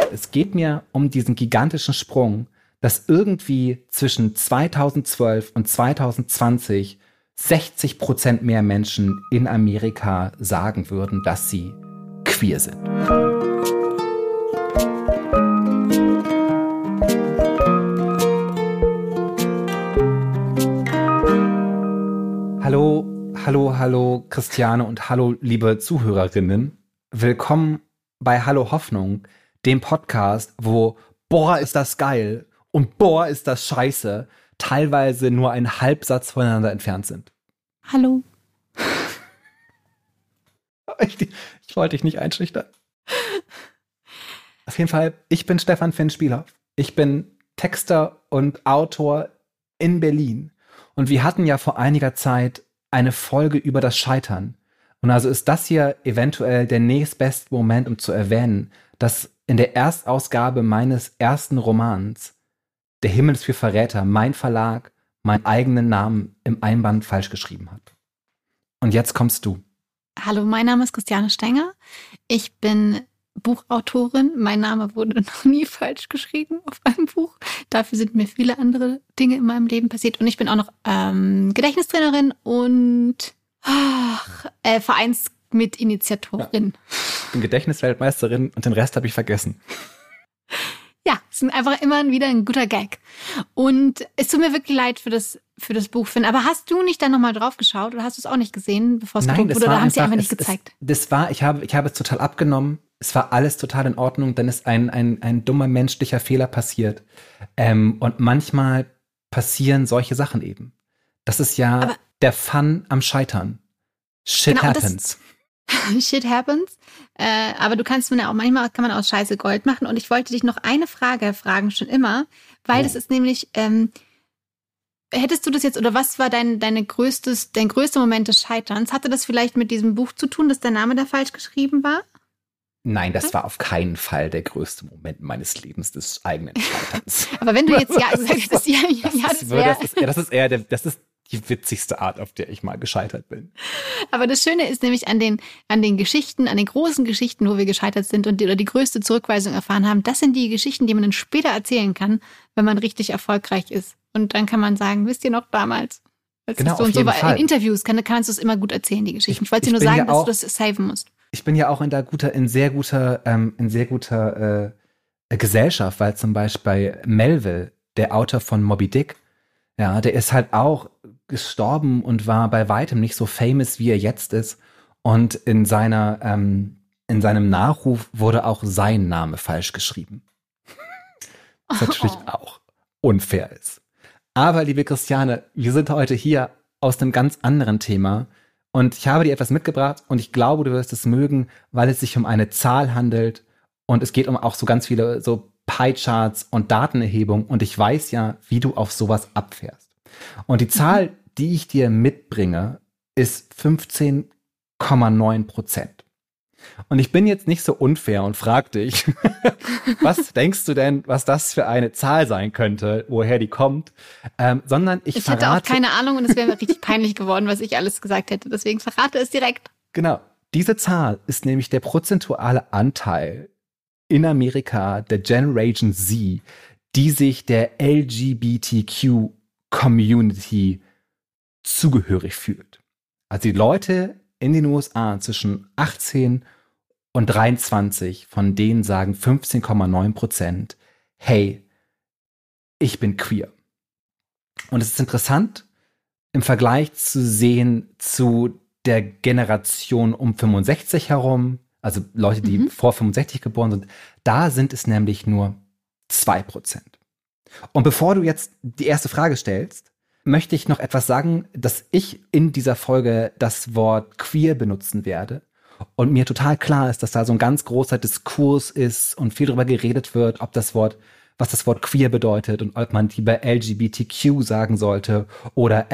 Es geht mir um diesen gigantischen Sprung, dass irgendwie zwischen 2012 und 2020 60% mehr Menschen in Amerika sagen würden, dass sie queer sind. Hallo, Christiane und hallo, liebe Zuhörerinnen. Willkommen bei Hallo Hoffnung, dem Podcast, wo boah, ist das geil und boah, ist das scheiße, teilweise nur ein Halbsatz voneinander entfernt sind. Hallo. Ich wollte dich nicht einschüchtern. Auf jeden Fall, ich bin Stefan Finn-Spielhoff. Ich bin Texter und Autor in Berlin. Und wir hatten ja vor einiger Zeit eine Folge über das Scheitern. Und also ist das hier eventuell der nächstbeste Moment, um zu erwähnen, dass in der Erstausgabe meines ersten Romans, Der Himmel ist für Verräter, mein Verlag meinen eigenen Namen im Einband falsch geschrieben hat. Und jetzt kommst du. Hallo, mein Name ist Christiane Stenger. Ich bin Buchautorin. Mein Name wurde noch nie falsch geschrieben auf einem Buch. Dafür sind mir viele andere Dinge in meinem Leben passiert. Und ich bin auch noch Gedächtnistrainerin und Vereinsmitinitiatorin. Ich bin Gedächtnisweltmeisterin und den Rest habe ich vergessen. Ja, es ist einfach immer wieder ein guter Gag. Und es tut mir wirklich leid für das Buch, Finn. Aber hast du nicht dann nochmal drauf geschaut oder hast du es auch nicht gesehen, bevor es gedruckt wurde? Oder haben sie einfach nicht gezeigt? Ich habe es total abgenommen. Es war alles total in Ordnung. Dann ist ein dummer menschlicher Fehler passiert. Und manchmal passieren solche Sachen eben. Das ist ja der Fun am Scheitern. Shit happens. Shit happens. Aber du kannst mir ja auch, manchmal kann man aus Scheiße Gold machen. Und ich wollte dich noch eine Frage fragen, schon immer. Weil das ist nämlich, hättest du das jetzt, oder was war dein größter Moment des Scheiterns? Hatte das vielleicht mit diesem Buch zu tun, dass der Name da falsch geschrieben war? Nein, das war auf keinen Fall der größte Moment meines Lebens des eigenen Scheiterns. Aber wenn du jetzt sagst, das ist die witzigste Art, auf der ich mal gescheitert bin. Aber das Schöne ist nämlich an den Geschichten, an den großen Geschichten, wo wir gescheitert sind und die größte Zurückweisung erfahren haben, das sind die Geschichten, die man dann später erzählen kann, wenn man richtig erfolgreich ist. Und dann kann man sagen, wisst ihr noch damals? Genau, auf jeden Fall. In Interviews kannst du es immer gut erzählen, die Geschichten. Ich wollte dir nur sagen, dass du das saven musst. Ich bin ja auch in sehr guter Gesellschaft, weil zum Beispiel Melville, der Autor von Moby Dick, ja, der ist halt auch gestorben und war bei weitem nicht so famous, wie er jetzt ist. Und in seinem Nachruf wurde auch sein Name falsch geschrieben. Was natürlich auch unfair ist. Aber, liebe Christiane, wir sind heute hier aus einem ganz anderen Thema. Und ich habe dir etwas mitgebracht und ich glaube, du wirst es mögen, weil es sich um eine Zahl handelt. Und es geht um auch so ganz viele so Pie-Charts und Datenerhebung. Und ich weiß ja, wie du auf sowas abfährst. Und die Zahl, die ich dir mitbringe, ist 15,9%. Und ich bin jetzt nicht so unfair und frage dich, was denkst du denn, was das für eine Zahl sein könnte, woher die kommt, sondern ich verrate... Ich hätte auch keine Ahnung und es wäre mir richtig peinlich geworden, was ich alles gesagt hätte. Deswegen verrate es direkt. Genau. Diese Zahl ist nämlich der prozentuale Anteil in Amerika der Generation Z, die sich der LGBTQ-Community zugehörig fühlt. Also die Leute in den USA zwischen 18 und 23, von denen sagen 15,9%, hey, ich bin queer. Und es ist interessant, im Vergleich zu sehen zu der Generation um 65 herum, also Leute, die vor 65 geboren sind, da sind es nämlich nur 2%. Und bevor du jetzt die erste Frage stellst, möchte ich noch etwas sagen, dass ich in dieser Folge das Wort queer benutzen werde und mir total klar ist, dass da so ein ganz großer Diskurs ist und viel darüber geredet wird, was das Wort queer bedeutet und ob man lieber LGBTQ sagen sollte oder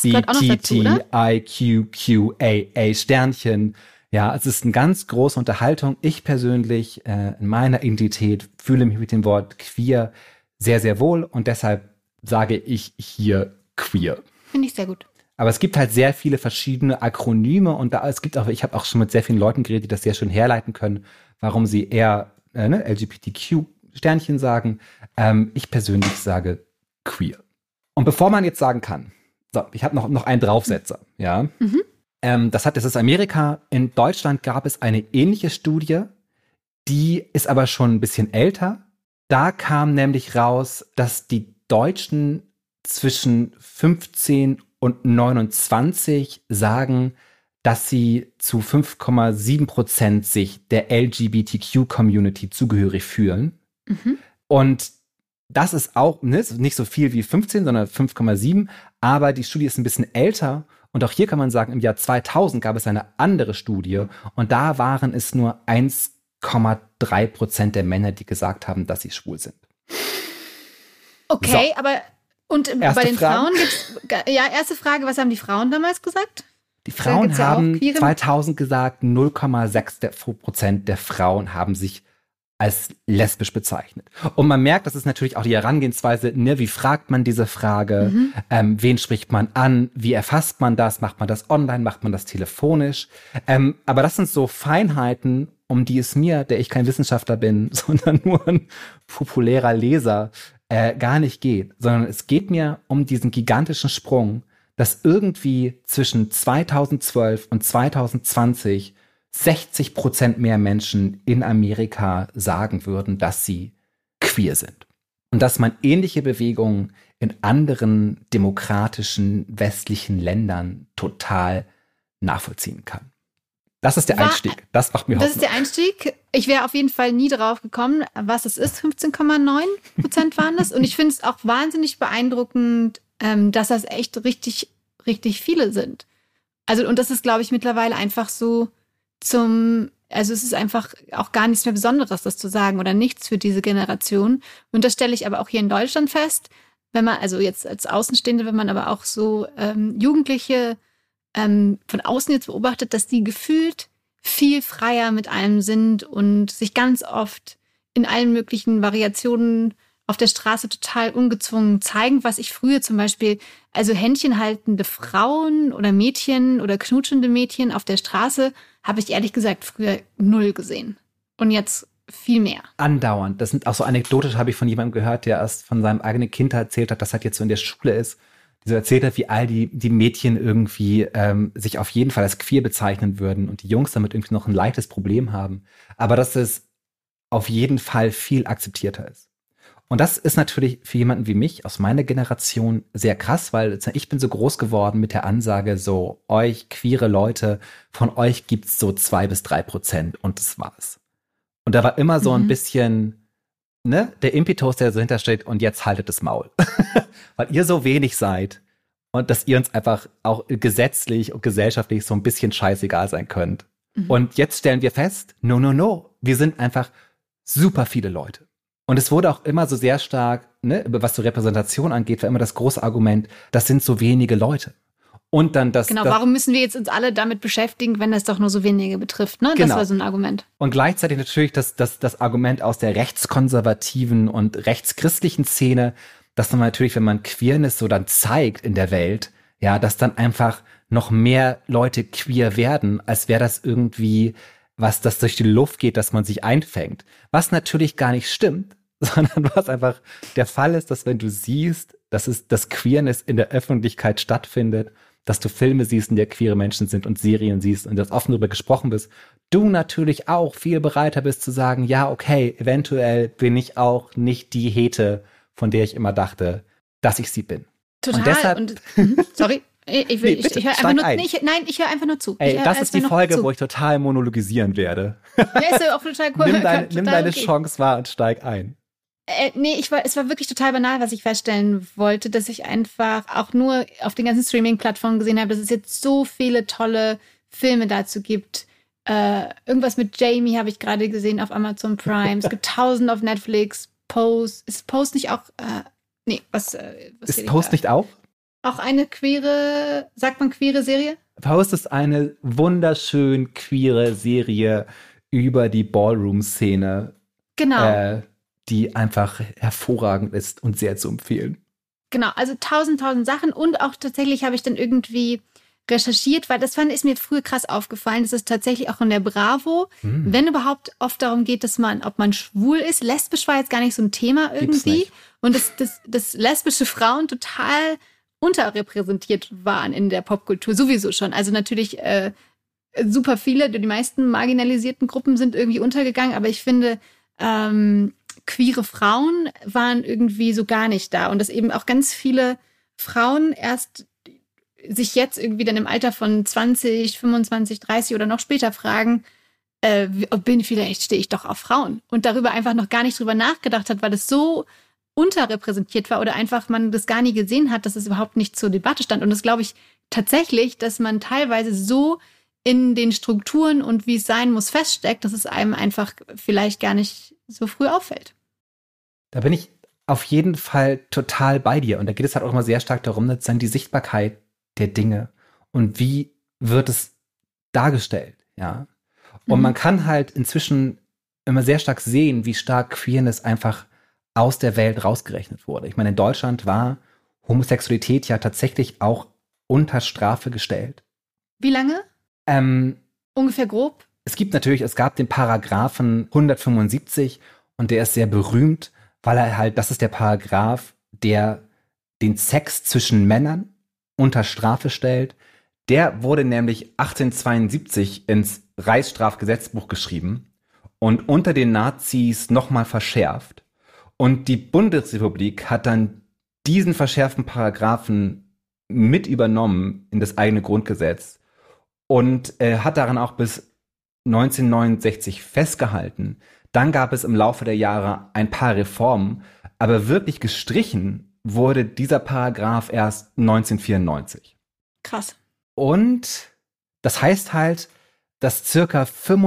LSBTTIQQAA Sternchen. Ja, es ist eine ganz große Unterhaltung. Ich persönlich in meiner Identität fühle mich mit dem Wort queer sehr, sehr wohl und deshalb sage ich hier queer. Finde ich sehr gut. Aber es gibt halt sehr viele verschiedene Akronyme und ich habe auch schon mit sehr vielen Leuten geredet, die das sehr schön herleiten können, warum sie eher LGBTQ-Sternchen sagen. Ich persönlich sage queer. Und bevor man jetzt sagen kann, so, ich habe noch einen Draufsetzer, ja. Das ist Amerika. In Deutschland gab es eine ähnliche Studie, die ist aber schon ein bisschen älter. Da kam nämlich raus, dass die Deutschen zwischen 15 und 29 sagen, dass sie zu 5,7% sich der LGBTQ-Community zugehörig fühlen. Und das ist auch nicht so viel wie 15, sondern 5,7. Aber die Studie ist ein bisschen älter. Und auch hier kann man sagen, im Jahr 2000 gab es eine andere Studie. Und da waren es nur 1,3% der Männer, die gesagt haben, dass sie schwul sind. Okay, so. Aber und bei den Frauen gibt's, ja, erste Frage, was haben die Frauen damals gesagt? Die Frauen haben 2000 gesagt, 0,6% der Frauen haben sich als lesbisch bezeichnet. Und man merkt, das ist natürlich auch die Herangehensweise, wie fragt man diese Frage, wen spricht man an, wie erfasst man das, macht man das online, macht man das telefonisch. Aber das sind so Feinheiten, um die es mir, der ich kein Wissenschaftler bin, sondern nur ein populärer Leser, gar nicht geht. Sondern es geht mir um diesen gigantischen Sprung, dass irgendwie zwischen 2012 und 2020 60% mehr Menschen in Amerika sagen würden, dass sie queer sind. Und dass man ähnliche Bewegungen in anderen demokratischen westlichen Ländern total nachvollziehen kann. Das ist der Einstieg. Das macht mir Hoffnung. Das ist der Einstieg. Ich wäre auf jeden Fall nie drauf gekommen, was es ist. 15,9% waren das. Und ich finde es auch wahnsinnig beeindruckend, dass das echt richtig, richtig viele sind. Also, und das ist, glaube ich, mittlerweile einfach so also es ist einfach auch gar nichts mehr Besonderes, das zu sagen oder nichts für diese Generation. Und das stelle ich aber auch hier in Deutschland fest, wenn man, also jetzt als Außenstehende, wenn man aber auch so Jugendliche von außen jetzt beobachtet, dass die gefühlt viel freier mit allem sind und sich ganz oft in allen möglichen Variationen auf der Straße total ungezwungen zeigen, was ich früher zum Beispiel, also händchenhaltende Frauen oder Mädchen oder knutschende Mädchen auf der Straße, habe ich ehrlich gesagt früher null gesehen. Und jetzt viel mehr. Andauernd. Das sind auch so anekdotisch, habe ich von jemandem gehört, der erst von seinem eigenen Kind erzählt hat, das halt jetzt so in der Schule ist. Die so erzählt hat, wie all die Mädchen irgendwie sich auf jeden Fall als queer bezeichnen würden und die Jungs damit irgendwie noch ein leichtes Problem haben. Aber dass es auf jeden Fall viel akzeptierter ist. Und das ist natürlich für jemanden wie mich aus meiner Generation sehr krass, weil ich bin so groß geworden mit der Ansage, so euch queere Leute, von euch gibt's so 2-3% und das war's. Und da war immer so ein bisschen, der Impetus, der so hintersteht und jetzt haltet das Maul. Weil ihr so wenig seid und dass ihr uns einfach auch gesetzlich und gesellschaftlich so ein bisschen scheißegal sein könnt. Und jetzt stellen wir fest, no, wir sind einfach super viele Leute. Und es wurde auch immer so sehr stark, was so Repräsentation angeht, war immer das große Argument, das sind so wenige Leute. Und dann warum müssen wir jetzt uns alle damit beschäftigen, wenn das doch nur so wenige betrifft, ne? Genau. Das war so ein Argument. Und gleichzeitig natürlich das Argument aus der rechtskonservativen und rechtschristlichen Szene, dass man natürlich, wenn man Queerness so dann zeigt in der Welt, ja, dass dann einfach noch mehr Leute queer werden, als wäre das irgendwie was das durch die Luft geht, dass man sich einfängt. Was natürlich gar nicht stimmt, sondern was einfach der Fall ist, dass wenn du siehst, dass Queerness in der Öffentlichkeit stattfindet, dass du Filme siehst, in der queere Menschen sind und Serien siehst und dass offen darüber gesprochen bist, du natürlich auch viel bereiter bist zu sagen, ja, okay, eventuell bin ich auch nicht die Hete, von der ich immer dachte, dass ich sie bin. Total. Und deshalb, sorry. Ich höre einfach nur zu. Ey, das ist die Folge, wo ich total monologisieren werde. Ja, ist ja auch total cool. Nimm deine Chance wahr und steig ein. Es war wirklich total banal, was ich feststellen wollte, dass ich einfach auch nur auf den ganzen Streaming-Plattformen gesehen habe, dass es jetzt so viele tolle Filme dazu gibt. Irgendwas mit Jamie habe ich gerade gesehen auf Amazon Prime. Es gibt 1000 auf Netflix. Pose. Ist Pose nicht auch... was ist Pose nicht auch? Auch eine queere Serie? Pose ist eine wunderschön queere Serie über die Ballroom-Szene. Genau. Die einfach hervorragend ist und sehr zu empfehlen. Genau, also tausend Sachen und auch tatsächlich habe ich dann irgendwie recherchiert, weil ist mir früher krass aufgefallen. Das ist tatsächlich auch in der Bravo, wenn überhaupt oft darum geht, ob man schwul ist. Lesbisch war jetzt gar nicht so ein Thema irgendwie. Und dass lesbische Frauen total unterrepräsentiert waren in der Popkultur sowieso schon. Also natürlich super viele, die meisten marginalisierten Gruppen sind irgendwie untergegangen, aber ich finde, queere Frauen waren irgendwie so gar nicht da. Und dass eben auch ganz viele Frauen erst sich jetzt irgendwie dann im Alter von 20, 25, 30 oder noch später fragen, vielleicht stehe ich doch auf Frauen. Und darüber einfach noch gar nicht drüber nachgedacht hat, weil es so unterrepräsentiert war oder einfach man das gar nie gesehen hat, dass es überhaupt nicht zur Debatte stand. Und das glaube ich tatsächlich, dass man teilweise so in den Strukturen und wie es sein muss feststeckt, dass es einem einfach vielleicht gar nicht so früh auffällt. Da bin ich auf jeden Fall total bei dir. Und da geht es halt auch immer sehr stark darum, sozusagen die Sichtbarkeit der Dinge und wie wird es dargestellt, ja. Und man kann halt inzwischen immer sehr stark sehen, wie stark Queerness einfach aus der Welt rausgerechnet wurde. Ich meine, in Deutschland war Homosexualität ja tatsächlich auch unter Strafe gestellt. Wie lange? Ungefähr grob? Es gab den Paragraphen 175 und der ist sehr berühmt, weil das ist der Paragraph, der den Sex zwischen Männern unter Strafe stellt. Der wurde nämlich 1872 ins Reichsstrafgesetzbuch geschrieben und unter den Nazis nochmal verschärft. Und die Bundesrepublik hat dann diesen verschärften Paragraphen mit übernommen in das eigene Grundgesetz und hat daran auch bis 1969 festgehalten. Dann gab es im Laufe der Jahre ein paar Reformen, aber wirklich gestrichen wurde dieser Paragraph erst 1994. Krass. Und das heißt halt, dass circa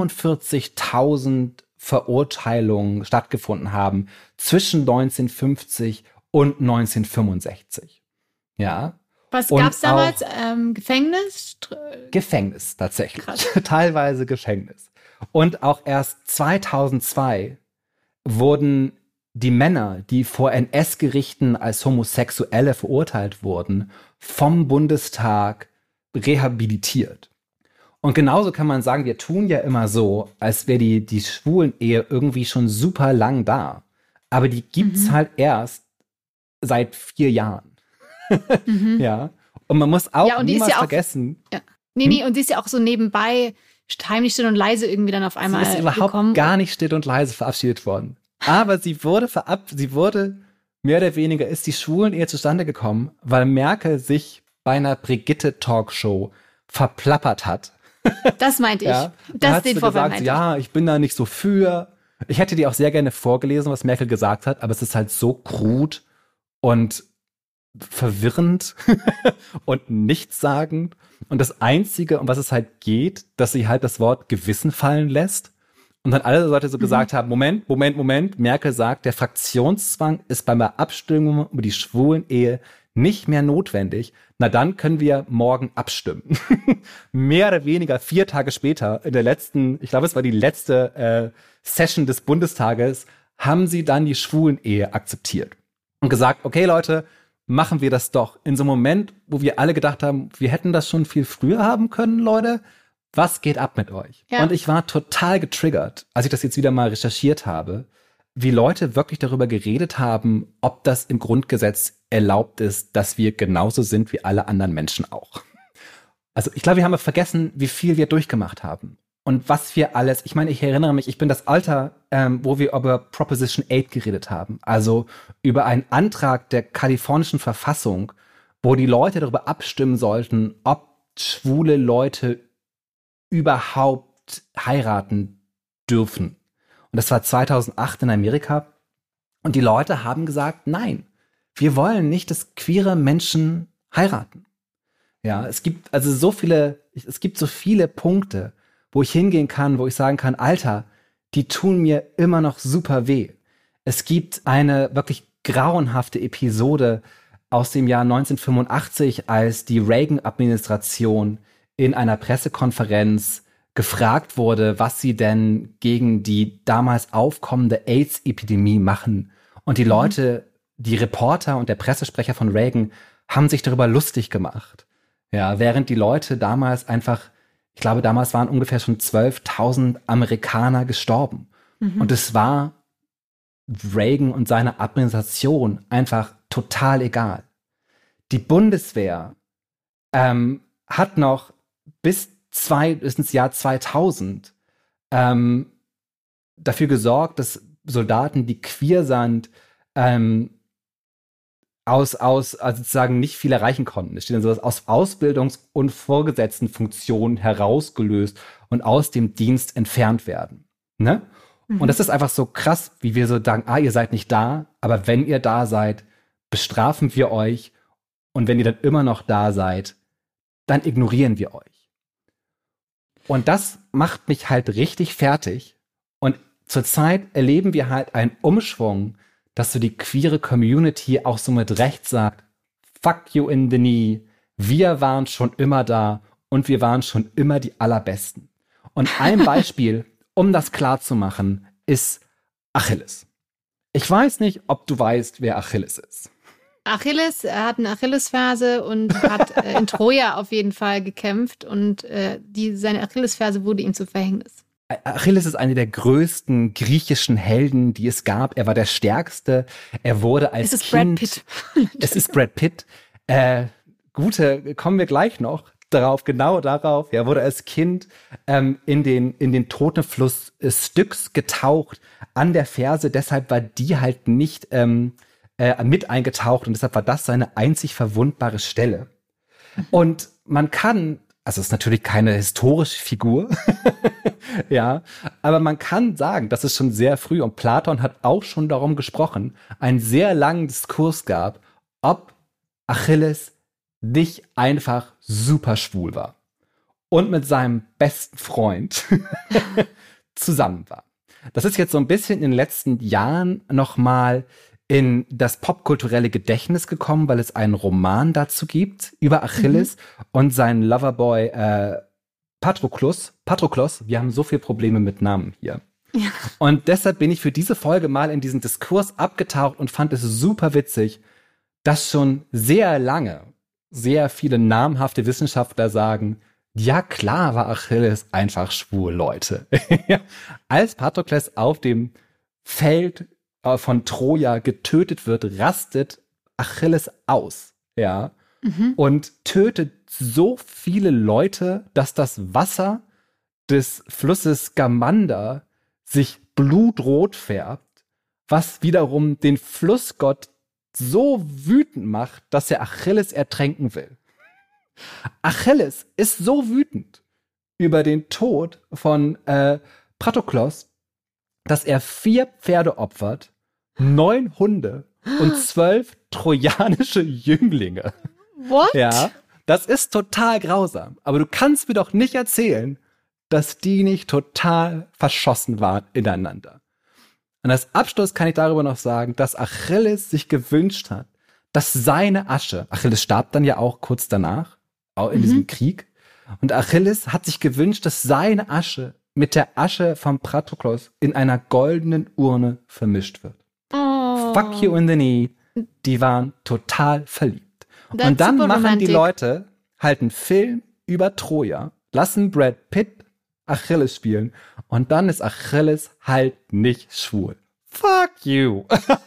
45.000 Verurteilungen stattgefunden haben zwischen 1950 und 1965. Ja. Was gab's damals? Gefängnis? Gefängnis tatsächlich. Krass. Teilweise Gefängnis. Und auch erst 2002 wurden die Männer, die vor NS-Gerichten als Homosexuelle verurteilt wurden, vom Bundestag rehabilitiert. Und genauso kann man sagen, wir tun ja immer so, als wäre die Schwulen-Ehe irgendwie schon super lang da. Aber die gibt's halt erst seit 4 Jahren. Ja. Und man muss auch niemals vergessen. Ja. Nee, und sie ist ja auch so nebenbei heimlich still und leise irgendwie dann auf einmal sie ist überhaupt gar nicht still und leise verabschiedet worden. Aber sie wurde mehr oder weniger, ist die Schwulen-Ehe zustande gekommen, weil Merkel sich bei einer Brigitte-Talkshow verplappert hat. Das meinte ich. Ja, das den Vorwurf meinte ich. Ja, ich bin da nicht so für. Ich hätte dir auch sehr gerne vorgelesen, was Merkel gesagt hat, aber es ist halt so krud und verwirrend und nichtssagend. Und das Einzige, um was es halt geht, dass sie halt das Wort Gewissen fallen lässt. Und dann alle Leute so gesagt haben, Moment. Merkel sagt, der Fraktionszwang ist bei der Abstimmung über die Schwulen-Ehe nicht mehr notwendig. Na dann können wir morgen abstimmen. Mehr oder weniger 4 Tage später, in der letzten, ich glaube, es war die letzte Session des Bundestages, haben sie dann die Schwulen-Ehe akzeptiert. Und gesagt, okay Leute, machen wir das doch. In so einem Moment, wo wir alle gedacht haben, wir hätten das schon viel früher haben können, Leute. Was geht ab mit euch? Ja. Und ich war total getriggert, als ich das jetzt wieder mal recherchiert habe, wie Leute wirklich darüber geredet haben, ob das im Grundgesetz erlaubt ist, dass wir genauso sind wie alle anderen Menschen auch. Also ich glaube, wir haben vergessen, wie viel wir durchgemacht haben. Und was wir alles, ich meine, ich erinnere mich, ich bin das Alter, wo wir über Proposition 8 geredet haben. Also über einen Antrag der kalifornischen Verfassung, wo die Leute darüber abstimmen sollten, ob schwule Leute überhaupt heiraten dürfen. Und das war 2008 in Amerika. Und die Leute haben gesagt, nein, wir wollen nicht, dass queere Menschen heiraten. Ja, es gibt so viele Punkte, wo ich hingehen kann, wo ich sagen kann, Alter, die tun mir immer noch super weh. Es gibt eine wirklich grauenhafte Episode aus dem Jahr 1985, als die Reagan-Administration in einer Pressekonferenz gefragt wurde, was sie denn gegen die damals aufkommende AIDS-Epidemie machen. Und die Leute, die Reporter und der Pressesprecher von Reagan haben sich darüber lustig gemacht, Ja, während die Leute damals einfach, ich glaube, damals waren ungefähr schon 12.000 Amerikaner gestorben. Und es war Reagan und seiner Administration einfach total egal. Die Bundeswehr hat noch bis ins Jahr 2000 dafür gesorgt, dass Soldaten, die queer sind, also sozusagen nicht viel erreichen konnten. Es steht dann sowas aus Ausbildungs- und Vorgesetztenfunktionen herausgelöst und aus dem Dienst entfernt werden. Ne? Und das ist einfach so krass, wie wir so sagen, ihr seid nicht da, aber wenn ihr da seid, bestrafen wir euch und wenn ihr dann immer noch da seid, dann ignorieren wir euch. Und das macht mich halt richtig fertig. Und zurzeit erleben wir halt einen Umschwung, dass so die queere Community auch so mit Recht sagt, fuck you in the knee, wir waren schon immer da und wir waren schon immer die Allerbesten. Und ein Beispiel, um das klar zu machen, ist Achilles. Ich weiß nicht, ob du weißt, wer Achilles ist. Achilles, er hat eine Achillesferse und hat in Troja auf jeden Fall gekämpft und seine Achillesferse wurde ihm zu Verhängnis. Achilles ist einer der größten griechischen Helden, die es gab. Er war der Stärkste. Er wurde als Kind... Es ist Brad Pitt. Es ist Brad Pitt. Kommen wir gleich noch genau darauf. Er wurde als Kind in den Totenfluss Styx getaucht an der Ferse. Deshalb war die halt nicht mit eingetaucht und deshalb war das seine einzig verwundbare Stelle. Und man kann, also es ist natürlich keine historische Figur, ja, aber man kann sagen, dass es schon sehr früh, und Platon hat auch schon darum gesprochen, einen sehr langen Diskurs gab, ob Achilles nicht einfach super schwul war und mit seinem besten Freund zusammen war. Das ist jetzt so ein bisschen in den letzten Jahren nochmal in das popkulturelle Gedächtnis gekommen, weil es einen Roman dazu gibt über Achilles und seinen Loverboy Patroklos. Wir haben so viele Probleme mit Namen hier. Ja. Und deshalb bin ich für diese Folge mal in diesen Diskurs abgetaucht und fand es super witzig, dass schon sehr lange sehr viele namhafte Wissenschaftler sagen, ja klar war Achilles einfach schwul, Leute. Als Patrokles auf dem Feld von Troja getötet wird, rastet Achilles aus, ja, und tötet so viele Leute, dass das Wasser des Flusses Scamander sich blutrot färbt, was wiederum den Flussgott so wütend macht, dass er Achilles ertränken will. Achilles ist so wütend über den Tod von Patroklos, dass er 4 Pferde opfert, 9 Hunde und 12 trojanische Jünglinge. What? Ja, das ist total grausam. Aber du kannst mir doch nicht erzählen, dass die nicht total verschossen waren ineinander. Und als Abschluss kann ich darüber noch sagen, dass Achilles sich gewünscht hat, dass seine Asche, Achilles starb dann ja auch kurz danach, auch in diesem Krieg, und Achilles hat sich gewünscht, dass seine Asche mit der Asche von Patroklos in einer goldenen Urne vermischt wird. Oh. Fuck you in the knee. Die waren total verliebt. That's und dann super machen romantic. die Leute halt einen Film über Troja, lassen Brad Pitt Achilles spielen und dann ist Achilles halt nicht schwul. Fuck you.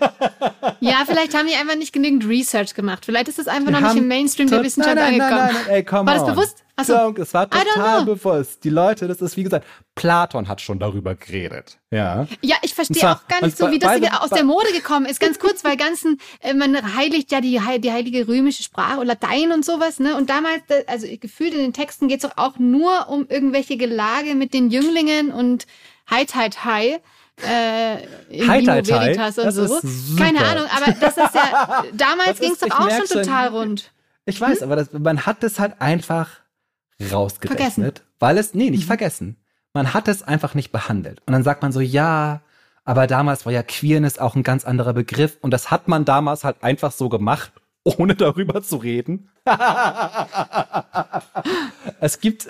Ja, vielleicht haben die einfach nicht genügend Research gemacht. Vielleicht ist das einfach noch nicht im Mainstream der Wissenschaft angekommen. Nein, ey, come War das on. bewusst? Achso. Es war total bewusst. Die Leute, das ist wie gesagt, Platon hat schon darüber geredet. Ja, Ja, ich verstehe auch gar nicht so, wie das wieder aus der Mode gekommen ist. Ganz kurz, weil man heiligt ja die heilige römische Sprache und Latein und sowas, ne? Und damals, also gefühlt in den Texten geht's doch auch nur um irgendwelche Gelage mit den Jünglingen und Hi. In Veritas und so. Keine Ahnung, aber das ist ja, damals ging es doch auch schon total rund. Ich weiß, aber man hat es halt einfach rausgerechnet. Weil es, nicht vergessen. Man hat es einfach nicht behandelt. Und dann sagt man so, ja, aber damals war ja Queerness auch ein ganz anderer Begriff und das hat man damals halt einfach so gemacht, ohne darüber zu reden. Es gibt,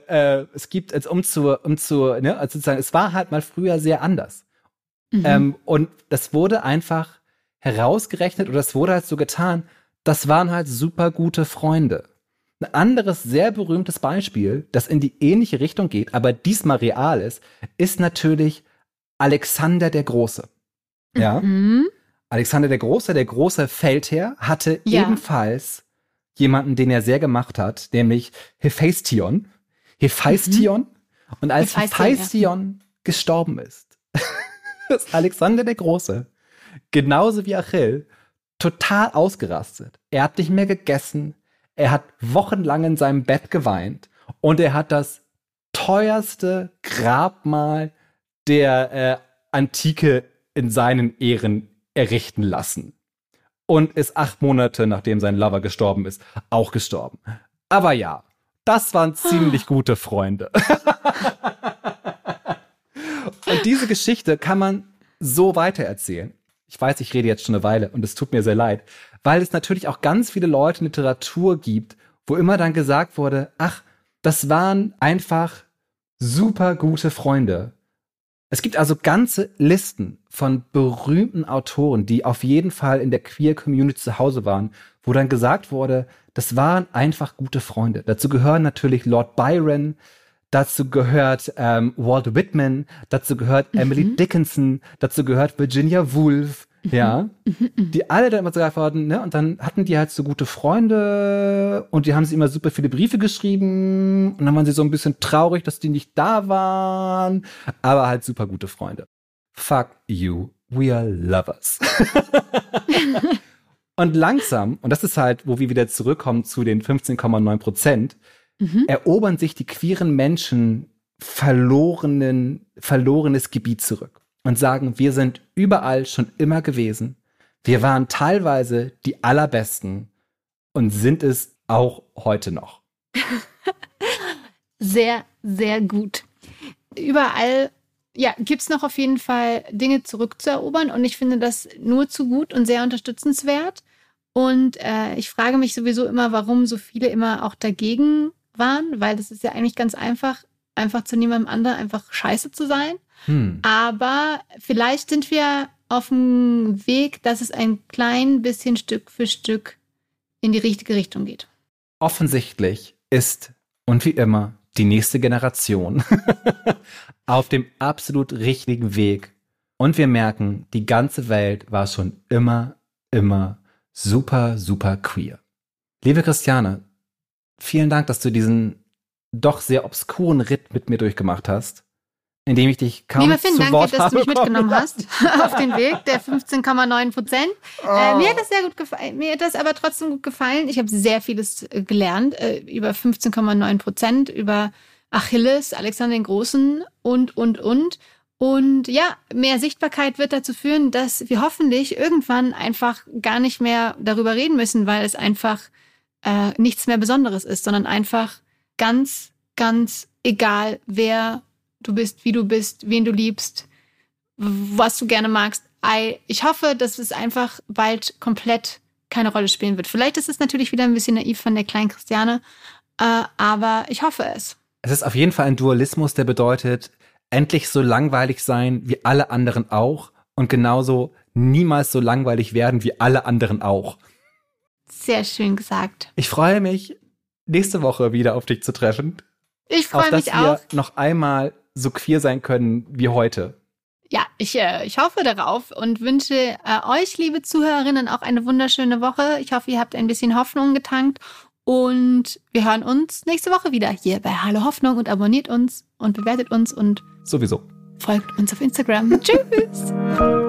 sozusagen, es war halt mal früher sehr anders. Und das wurde einfach herausgerechnet oder es wurde halt so getan, das waren halt super gute Freunde. Ein anderes sehr berühmtes Beispiel, das in die ähnliche Richtung geht, aber diesmal real ist natürlich Alexander der Große. Ja? Alexander der große Feldherr, hatte ebenfalls jemanden, den er sehr gemacht hat, nämlich Hephaistion. Und als Hephaistion gestorben ist Alexander der Große, genauso wie Achill, total ausgerastet. Er hat nicht mehr gegessen, er hat wochenlang in seinem Bett geweint und er hat das teuerste Grabmal der Antike in seinen Ehren errichten lassen. Und ist 8 Monate, nachdem sein Lover gestorben ist, auch gestorben. Aber ja, das waren ziemlich gute Freunde. Und diese Geschichte kann man so weitererzählen. Ich weiß, ich rede jetzt schon eine Weile und es tut mir sehr leid, weil es natürlich auch ganz viele Leute in Literatur gibt, wo immer dann gesagt wurde, ach, das waren einfach super gute Freunde. Es gibt also ganze Listen von berühmten Autoren, die auf jeden Fall in der Queer-Community zu Hause waren, wo dann gesagt wurde, das waren einfach gute Freunde. Dazu gehören natürlich Lord Byron, dazu gehört Walt Whitman, dazu gehört Emily Dickinson, dazu gehört Virginia Woolf, die alle dann immer gesagt wurden, ne? Und dann hatten die halt so gute Freunde und die haben sie immer super viele Briefe geschrieben und dann waren sie so ein bisschen traurig, dass die nicht da waren, aber halt super gute Freunde. Fuck you, we are lovers. Und langsam, und das ist halt, wo wir wieder zurückkommen zu den 15,9%, erobern sich die queeren Menschen verlorenes Gebiet zurück und sagen, wir sind überall schon immer gewesen. Wir waren teilweise die Allerbesten und sind es auch heute noch. Sehr, sehr gut. Überall gibt's noch auf jeden Fall Dinge zurückzuerobern und ich finde das nur zu gut und sehr unterstützenswert. Und ich frage mich sowieso immer, warum so viele immer auch dagegen waren, weil das ist ja eigentlich ganz einfach zu niemandem anderen einfach scheiße zu sein. Aber vielleicht sind wir auf dem Weg, dass es ein klein bisschen Stück für Stück in die richtige Richtung geht. Offensichtlich ist, und wie immer, die nächste Generation auf dem absolut richtigen Weg. Und wir merken, die ganze Welt war schon immer super, super queer. Liebe Christiane, vielen Dank, dass du diesen doch sehr obskuren Ritt mit mir durchgemacht hast, indem ich dich kaum Lieber Finn, zu danke, Wort dass du mich habe mitgenommen hast auf den Weg der 15,9%. Mir hat das sehr gut gefallen. Mir hat das aber trotzdem gut gefallen. Ich habe sehr vieles gelernt über 15,9%, über Achilles, Alexander den Großen und. Und ja, mehr Sichtbarkeit wird dazu führen, dass wir hoffentlich irgendwann einfach gar nicht mehr darüber reden müssen, weil es einfach nichts mehr Besonderes ist, sondern einfach ganz, ganz egal, wer du bist, wie du bist, wen du liebst, was du gerne magst. Ich hoffe, dass es einfach bald komplett keine Rolle spielen wird. Vielleicht ist es natürlich wieder ein bisschen naiv von der kleinen Christiane, aber ich hoffe es. Es ist auf jeden Fall ein Dualismus, der bedeutet, endlich so langweilig sein wie alle anderen auch und genauso niemals so langweilig werden wie alle anderen auch. Sehr schön gesagt. Ich freue mich, nächste Woche wieder auf dich zu treffen. Ich freue mich auch. Dass wir noch einmal so queer sein können wie heute. Ja, ich hoffe darauf und wünsche euch, liebe Zuhörerinnen, auch eine wunderschöne Woche. Ich hoffe, ihr habt ein bisschen Hoffnung getankt und wir hören uns nächste Woche wieder hier bei Hallo Hoffnung und abonniert uns und bewertet uns und sowieso folgt uns auf Instagram. Tschüss!